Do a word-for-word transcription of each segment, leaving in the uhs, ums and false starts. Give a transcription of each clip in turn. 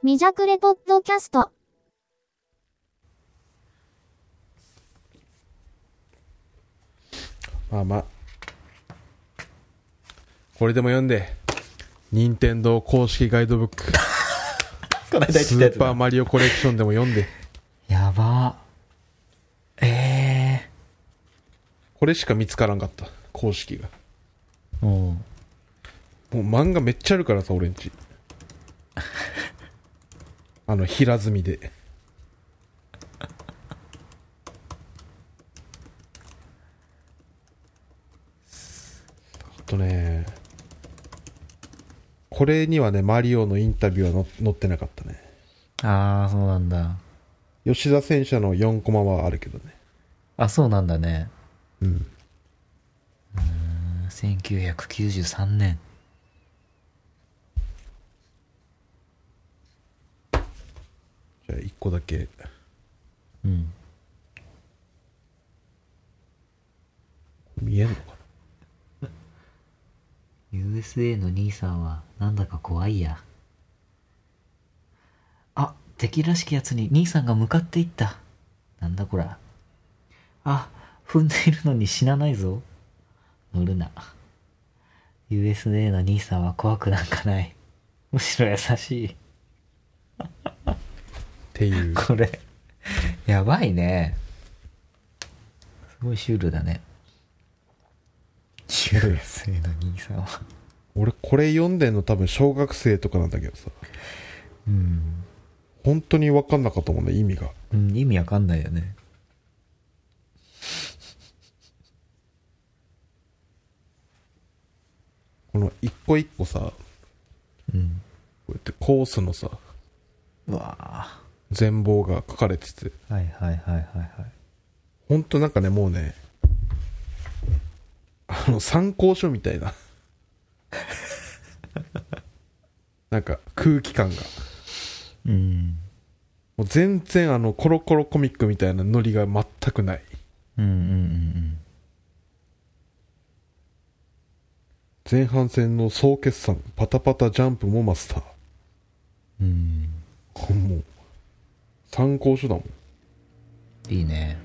未弱レポッドキャスト。 まあまあこれでも読んで、任天堂公式ガイドブックこの間言ってたやつだ。 スーパーマリオコレクションでも読んで。 やばええこれしか見つからんかった、公式が。 ー、ももう漫画めっちゃあるからさ、俺んちあの平積みで。あとね、これにはねマリオのインタビューはの載ってなかったね。 う、ああそうなんだ。 吉田戦車のよんコマはあるけどね。 あ、そうなんだね。 うん。 うーん、せんきゅうひゃくきゅうじゅうさんねん。 じゃあいっこだけ。 うん見えんのかな。 ユーエスエー の兄さんはなんだか怖いや。あ、敵らしきやつに兄さんが向かっていった。なんだこら。あ、踏んでいるのに死なないぞ。乗るな。ユーエスエー の兄さんは怖くなんかない。むしろ優しい。 っていう。 これやばいね。すごいシュールだね。ユーエスエー の兄さんは俺これ読んでんの多分小学生とかなんだけどさ、 うん本当に分かんなかったもんね、意味が。 うん、意味わかんないよね。 この一個一個さ、 うんこうやってコースのさうわあ、 全貌が書かれてて、 はいはいはいはいはい。 ほんとなんかね、もうね、あの参考書みたいななんか空気感がうんもう全然あのコロコロコミックみたいなノリが全くない。 うんうんうん前半戦の総決算パタパタジャンプもマスター。 うんうんもう参考書だもん。 いいね。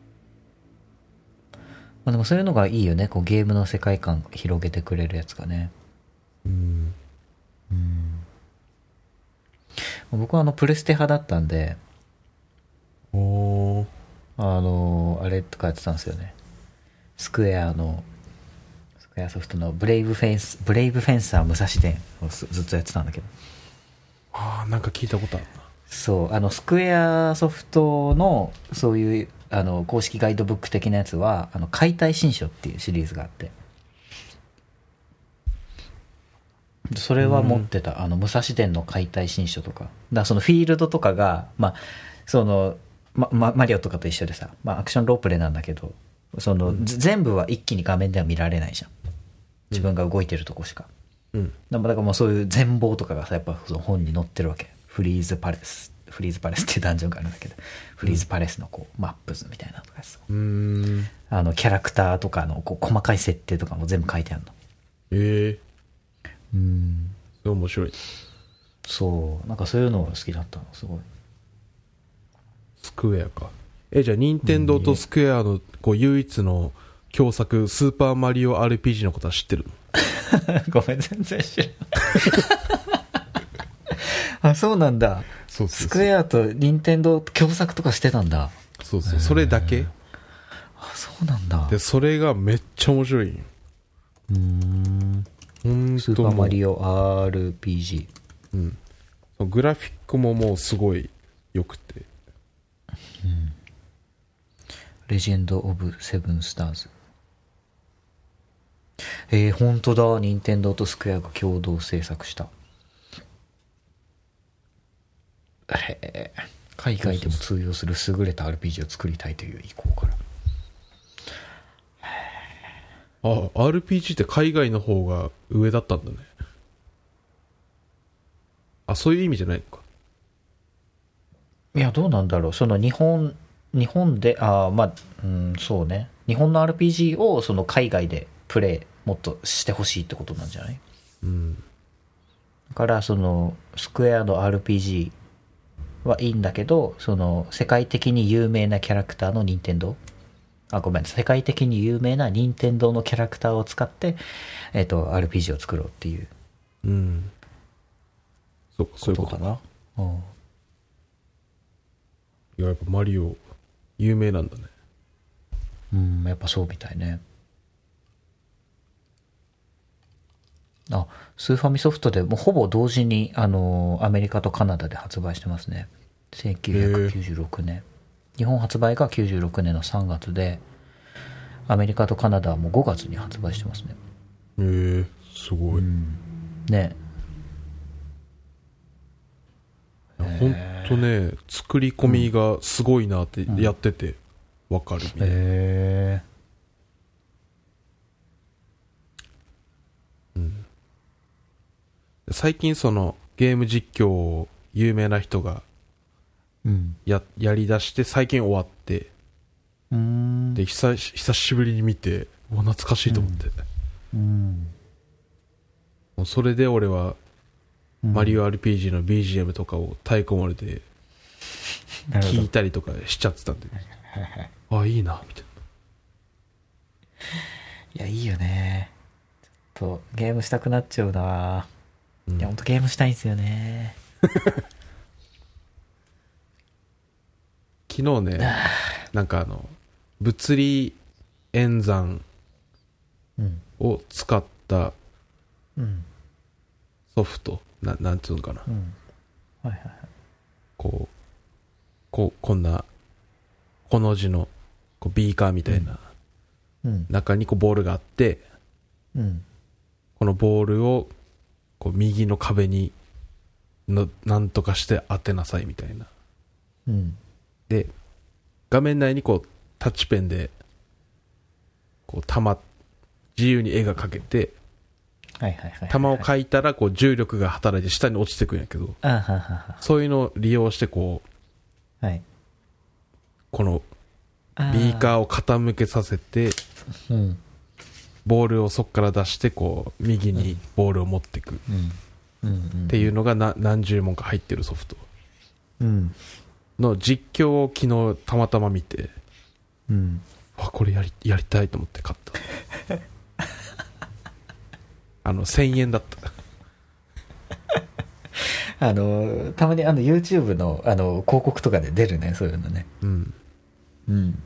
まあでもそういうのがいいよね。こうゲームの世界観広げてくれるやつがね。 うんうん僕はあのプレステ派だったんで、 おー、 あのあれとかやってたんですよね。スクエアのスクエアソフトのブレイブフェンスブレイブフェンサー武蔵伝をずずっとやってたんだけど、 あーなんか聞いたことあるな。 そうあのスクエアソフトのそういうあの公式ガイドブック的なやつはあの解体新書っていうシリーズがあって、それは持ってた、あの武蔵伝の解体新書とかだからそのフィールドとかがまあそのままマリオとかと一緒でさ、まあ、アクションロープレイなんだけどその、うん、全部は一気に画面では見られないじゃん、自分が動いてるとこしか、うん、だからもうそういう全貌とかがさやっぱその本に載ってるわけ。フリーズパレスフリーズパレスっていうダンジョンがあるんだけど、フリーズパレスのこうマップ図みたいなのとかさ、うーんあのキャラクターとかのこう細かい設定とかも全部書いてあるの。 ええー、 うんそれ面白い。 そうなんかそういうのが好きだったのすごい。 スクエアか。えじゃあ任天堂とスクエアのこう唯一の共作スーパーマリオ アールピージー のことは知ってるの？ごめん全然知らないあそうなんだ。そうそうそう、スクエアと任天堂共作とかしてたんだ。 そうそう、それだけ。 あそうなんだ。 でそれがめっちゃ面白いんよ。 うーんほんとスーパーマリオ アールピージー、 うん、グラフィックももうすごい良くて、 うん、レジェンド・オブ・セブン・スターズ。えー、ほんとだ、任天堂とスクエアが共同制作した。へえ、海外でも通用する優れた アールピージー を作りたいという意向から。 あ、アールピージー って海外の方が上だったんだね。あ、そういう意味じゃないのか。 いやどうなんだろう、その日本日本であまあうんそうね、日本の アールピージー をその海外でプレイもっとしてほしいってことなんじゃない？ うん。 だからそのスクエアの アールピージーはいいんだけど、その世界的に有名なキャラクターの任天堂あごめん世界的に有名な任天堂のキャラクターを使って、えっと アールピージー を作ろうっていううんそうそういうここととかな。うん、 いややっぱマリオ有名なんだね。 うんやっぱそうみたいね。あ、スーファミソフトでもうほぼ同時にあのアメリカとカナダで発売してますね。せんきゅうひゃくきゅうじゅうろくねん、日本発売がきゅうじゅうろくねんのさんがつで、アメリカとカナダはもうごがつに発売してますね。 へえすごい、 うんね。 いやほんとね作り込みがすごいなってやっててわかるみたいな、 へえ最近そのゲーム実況を有名な人がうんややりだして最近終わって、 うんで久し久しぶりに見てうわ懐かしいと思って、 うんもうそれで俺はうんマリオ アールピージー の ビージーエム とかを太鼓漏れでなるほど聞いたりとかしちゃってたんで、あいいなみたいいやいいよね。ちょっとゲームしたくなっちゃうな。 な、うんいやほんとゲームしたいんですよね。 昨日ねなんかあの物理演算うんを使ったうんソフトななんつうのかな、 うんはいはいはいこうこうこんなこの字のこうビーカーみたいなうん中にこうボールがあって、 うんこのボールをこう右の壁にのなんとかして当てなさいみたいな。 うんで画面内にこうタッチペンでこう玉自由に絵が描けてはいはいはい玉を描いたらこう重力が働いて下に落ちてくんやけど、 あはははそういうのを利用してこうはいこのビビーカーを傾けさせてーうんボールをそこから出してこう右にボールを持っていくっうんうんていうのがな何十問か入ってるソフトうんの実況を昨日たまたま見て、 うんあこれやりやりたいと思って買ったあのせんえんだったあのたまにあの YouTube のあの広告とかで出るねそういうのね。 うんうん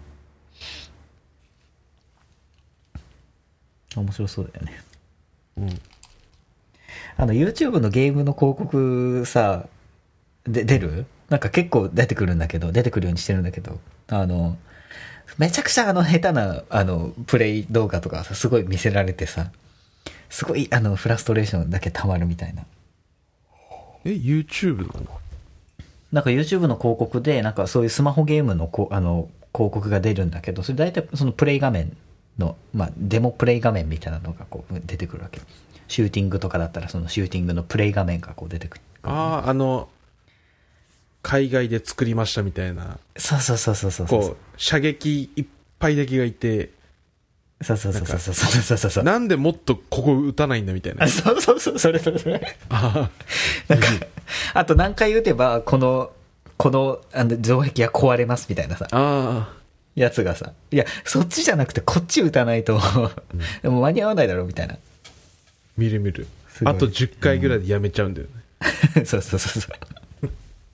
面白そうだよね。 うんあの YouTube のゲームの広告さで出るなんか結構出てくるんだけど出てくるようにしてるんだけど、あのめちゃくちゃあの下手なあのプレイ動画とかさすごい見せられてさ、すごいあのフラストレーションだけたまるみたいな。 え YouTube なの？ なんか YouTube の広告でなんかそういうスマホゲームのこあの広告が出るんだけど、それ大体そのプレイ画面の、まあ、デモプレイ画面みたいなのがこう出てくるわけ。シューティングとかだったらそのシューティングのプレイ画面がこう出てくる。 あああの海外で作りましたみたいなそうそうそうそうそうそうこう射撃いっぱい敵がいてそうそうそうそうそうそうそうそうなんでもっとここ撃たないんだみたいなあそうそうそうそれそれそれあなんかあと何回撃てばこのこのあの城壁が壊れますみたいなさあやつがさ、いやそっちじゃなくてこっち撃たないと、うん、もう間に合わないだろうみたいな。 見る見るすごいあとじゅっかいぐらいでやめちゃうんだよね、 うん、そうそうそうそう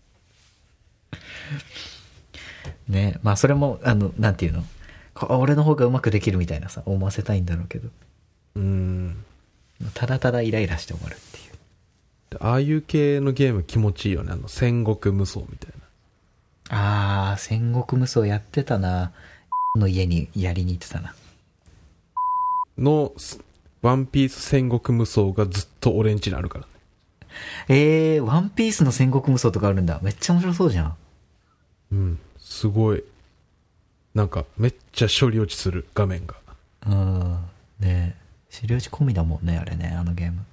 ね。まあそれもあのなんていうの俺の方がうまくできるみたいなさ思わせたいんだろうけど、 うーんただただイライラして終わるっていう。 ああいう系のゲーム気持ちいいよね。あの戦国無双みたいな。あー戦国無双やってたな。の家にやりに行ってたな。 のワンピース戦国無双がずっと俺ん家にあるからね。 えー、ワンピースの戦国無双とかあるんだ。めっちゃ面白そうじゃん。 うんすごいなんかめっちゃ処理落ちする画面が。 うんねえ処理落ち込みだもんねあれねあのゲーム。